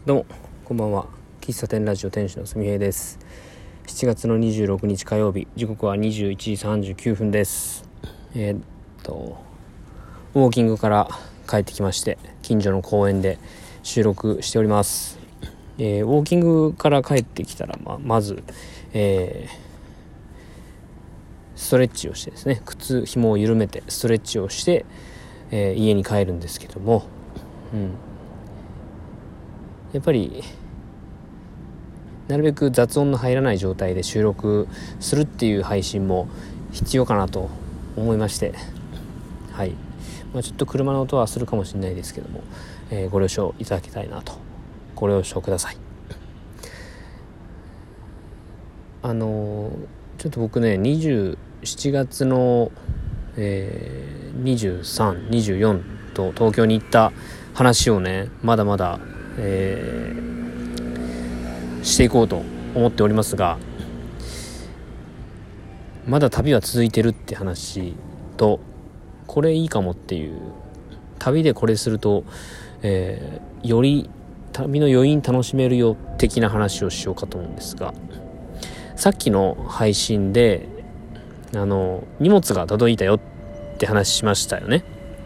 どうもこんばんは。喫茶店ラジオ店主のすみへいです。7月の26日火曜日、時刻は21時39分です。ウォーキングから帰ってきまして、近所の公園で収録しております。ウォーキングから帰ってきたら、まず、ストレッチをしてですね、靴紐を緩めてストレッチをして、家に帰るんですけども、やっぱりなるべく雑音の入らない状態で収録するっていう配信も必要かなと思いまして、はい、ちょっと車の音はするかもしれないですけども、ご了承いただきたいなと。ご了承ください。ちょっと僕ね、7月の、23、24と東京に行った話をね、まだまだしていこうと思っておりますが、まだ旅は続いてるって話と、これいいかもっていう、旅でこれすると、より旅の余韻楽しめるよ的な話をしようかと思うんですが、さっきの配信で荷物が届いたよって話しましたよね。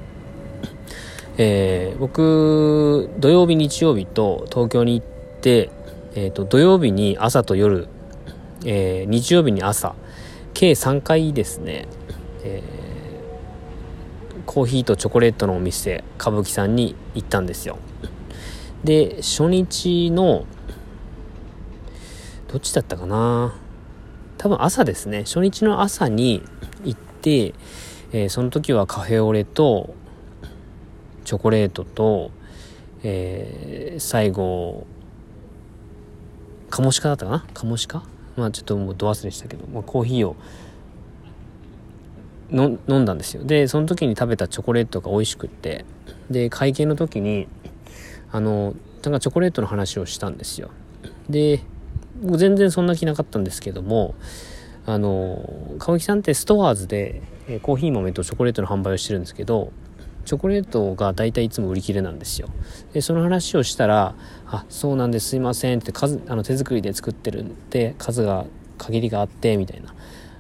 僕土曜日日曜日と東京に行って、土曜日に朝と夜、日曜日に朝、計3回ですね、コーヒーとチョコレートのお店歌舞伎さんに行ったんですよ。で、初日のどっちだったかな、多分朝ですね。初日の朝に行って、その時はカフェオレとチョコレートと、最後カモシカだったかな、カモシカ、ちょっともうど忘れしたけど、コーヒーを飲んだんですよ。でその時に食べたチョコレートが美味しくって、で会計の時になんかチョコレートの話をしたんですよ。で僕全然そんな気なかったんですけども、歌舞伎さんってストアーズで、コーヒー豆とチョコレートの販売をしてるんですけど、チョコレートがだいたいいつも売り切れなんですよ。でその話をしたら、そうなんです、すいませんって、手作りで作ってるんで数が限りがあってみたいな、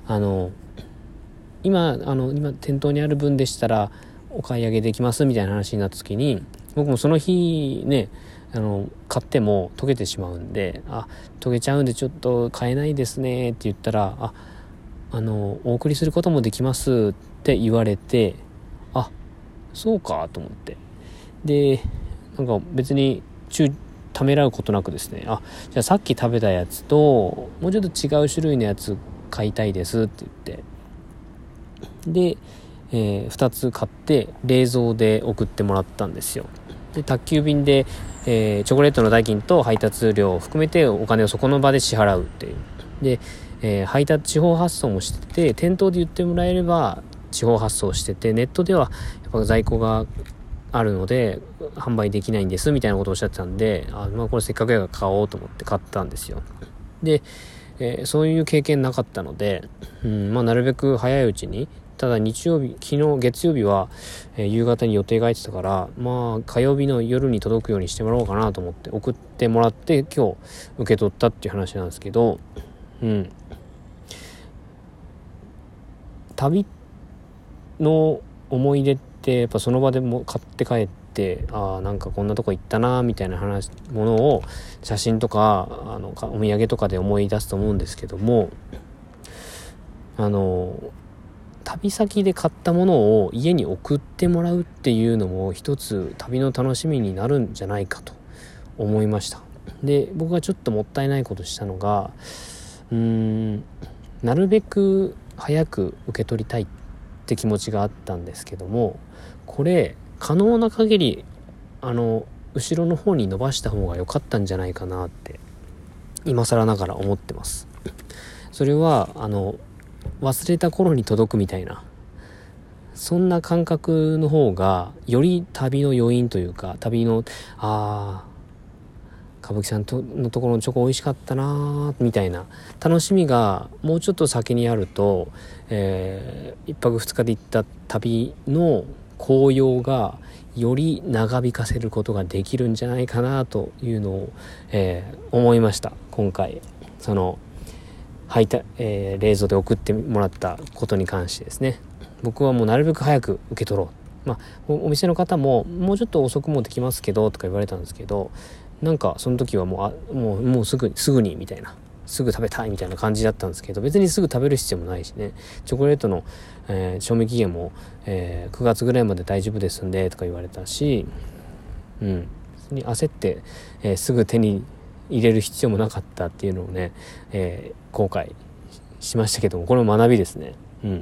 今店頭にある分でしたらお買い上げできますみたいな話になった時に、僕もその日ね、買っても溶けてしまうんで、溶けちゃうんでちょっと買えないですねって言ったら、お送りすることもできますって言われて、そうかと思って、でなんか別にためらうことなくですね、じゃあさっき食べたやつともうちょっと違う種類のやつ買いたいですって言って、で、2つ買って冷蔵で送ってもらったんですよ。で宅急便で、チョコレートの代金と配達料を含めてお金をそこの場で支払うっていう。で、配達地方発送もしてて、店頭で言ってもらえれば地方発送してて、ネットではやっぱ在庫があるので販売できないんですみたいなことをおっしゃってたんで、これせっかくやから買おうと思って買ったんですよ。で、そういう経験なかったので、なるべく早いうちに、ただ昨日月曜日は、夕方に予定が入ってたから、火曜日の夜に届くようにしてもらおうかなと思って送ってもらって、今日受け取ったっていう話なんですけど、旅の思い出ってやっぱその場でも買って帰って、なんかこんなとこ行ったなみたいなものを写真とかお土産とかで思い出すと思うんですけども、旅先で買ったものを家に送ってもらうっていうのも一つ旅の楽しみになるんじゃないかと思いました。で僕がちょっともったいないことしたのが、なるべく早く受け取りたいって気持ちがあったんですけども、これ可能な限り後ろの方に伸ばした方が良かったんじゃないかなって今更ながら思ってます。それは忘れた頃に届くみたいな、そんな感覚の方がより旅の余韻というか、旅の歌舞伎さんのところのチョコ美味しかったなみたいな楽しみがもうちょっと先にあると、1泊2日で行った旅の紅葉がより長引かせることができるんじゃないかなというのを、思いました。今回その冷蔵で送ってもらったことに関してですね。僕はもうなるべく早く受け取ろう、お店の方ももうちょっと遅くもできますけどとか言われたんですけど、なんかその時はもうすぐにみたいな、すぐ食べたいみたいな感じだったんですけど、別にすぐ食べる必要もないしね。チョコレートの、賞味期限も、9月ぐらいまで大丈夫ですんでとか言われたし、焦って、すぐ手に入れる必要もなかったっていうのをね、後悔しましたけども、これも学びですね。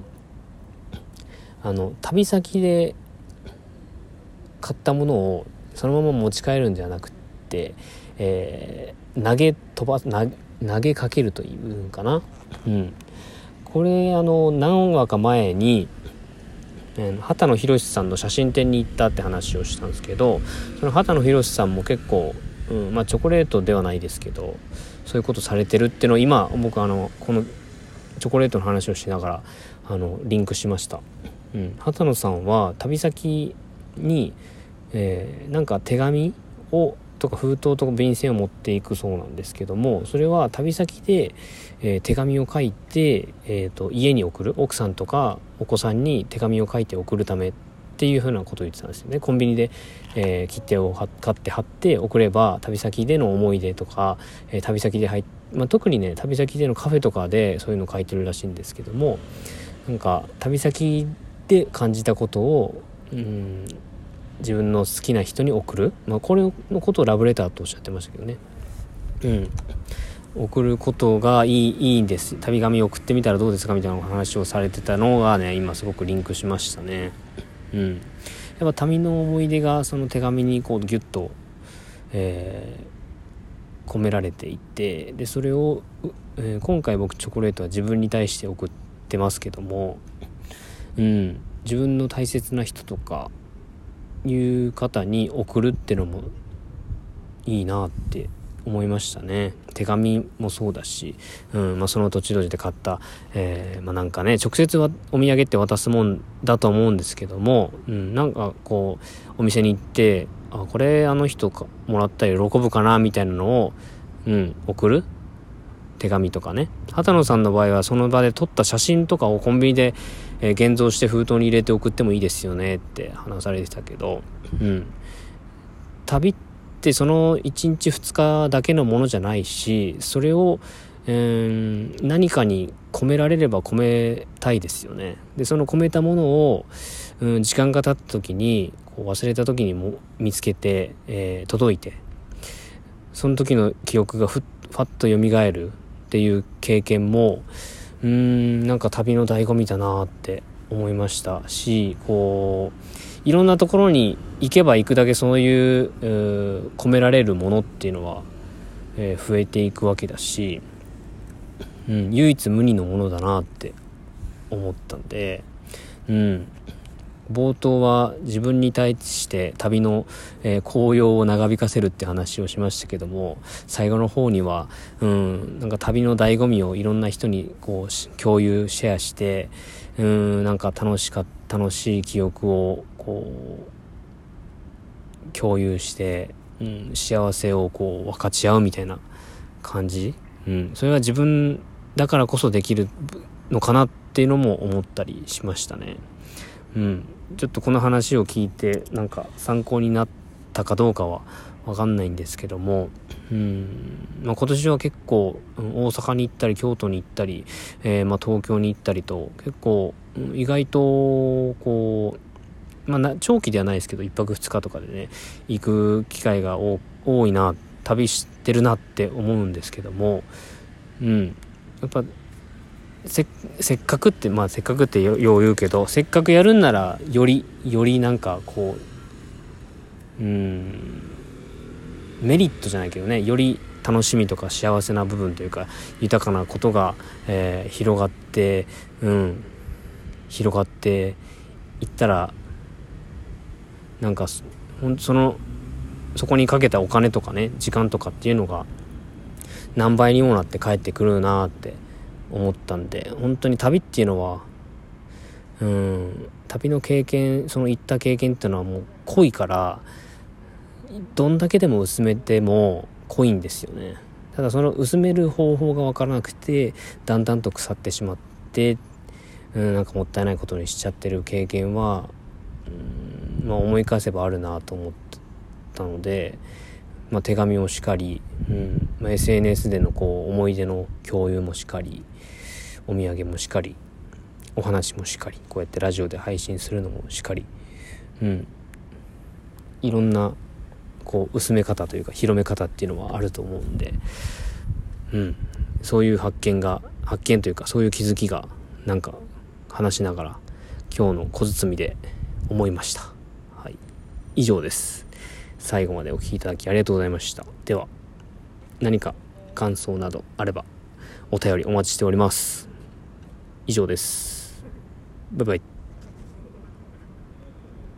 旅先で買ったものをそのまま持ち帰るんじゃなくて、投げかけるというかな。これ何話か前に畑野博さんの写真展に行ったって話をしたんですけど、その畑野博さんも結構、チョコレートではないですけどそういうことされてるっていうのを今僕このチョコレートの話をしながらリンクしました。畑野さんは旅先に、なんか手紙をとか封筒とか便箋を持っていくそうなんですけども、それは旅先で、手紙を書いて、家に送る、奥さんとかお子さんに手紙を書いて送るためっていうふうなことを言ってたんですよね。コンビニで、切手を買って貼って送れば旅先での思い出とか、旅先で特にね旅先でのカフェとかでそういうのを書いてるらしいんですけども、なんか旅先で感じたことを自分の好きな人に送る、これのことをラブレターとおっしゃってましたけどね。送ることがいいんです。旅紙を送ってみたらどうですかみたいな話をされてたのがね、今すごくリンクしましたね。やっぱ旅の思い出がその手紙にこうギュッと、込められていて、でそれを、今回僕チョコレートは自分に対して送ってますけども、自分の大切な人とかいう方に送るってのもいいなって思いましたね。手紙もそうだし、その土地土地で買った、なんかね直接はお土産って渡すもんだと思うんですけども、なんかこうお店に行ってこれあの人もらったら喜ぶかなみたいなのを、送る手紙とかね。畑野さんの場合はその場で撮った写真とかをコンビニで、現像して封筒に入れて送ってもいいですよねって話されてたけど、旅ってその1日2日だけのものじゃないし、それを、何かに込められれば込めたいですよね。でその込めたものを、時間が経った時にこう忘れた時にも見つけて、届いて、その時の記憶がファッと蘇るっていう経験もなんか旅の醍醐味だなって思いましたし、こういろんなところに行けば行くだけそういう込められるものっていうのは、増えていくわけだし、唯一無二のものだなって思ったんで、冒頭は自分に対して旅の、紅葉を長引かせるって話をしましたけども、最後の方にはなんか旅の醍醐味をいろんな人にこう共有シェアして、なんか楽しい記憶をこう共有して、幸せをこう分かち合うみたいな感じ、それは自分だからこそできるのかなっていうのも思ったりしましたね。ちょっとこの話を聞いてなんか参考になったかどうかは分かんないんですけども、今年は結構、大阪に行ったり京都に行ったり、東京に行ったりと結構、意外とこう、長期ではないですけど1泊2日とかでね行く機会が多いな、旅してるなって思うんですけども、やっぱせっかくってせっかくってよう言うけど、せっかくやるんならよりなんかこうメリットじゃないけどね、より楽しみとか幸せな部分というか豊かなことが、広がっていったら、なんかそこにかけたお金とかね時間とかっていうのが何倍にもなって帰ってくるなって思ったんで、本当に旅っていうのは旅の経験、その行った経験っていうのはもう濃いから、どんだけでも薄めても濃いんですよね。ただその薄める方法が分からなくて、だんだんと腐ってしまって、なんかもったいないことにしちゃってる経験は、思い返せばあるなと思ったので、手紙もしかり、SNS での思い出の共有もしかり、お土産もしかり、お話もしかり、こうやってラジオで配信するのもしかり、いろんな薄め方というか広め方っていうのはあると思うんで、そういう発見というか、そういう気づきがなんか話しながら今日の小包で思いました。はい、以上です。最後までお聞きいただきありがとうございました。では何か感想などあればお便りお待ちしております。以上です。バイバイ。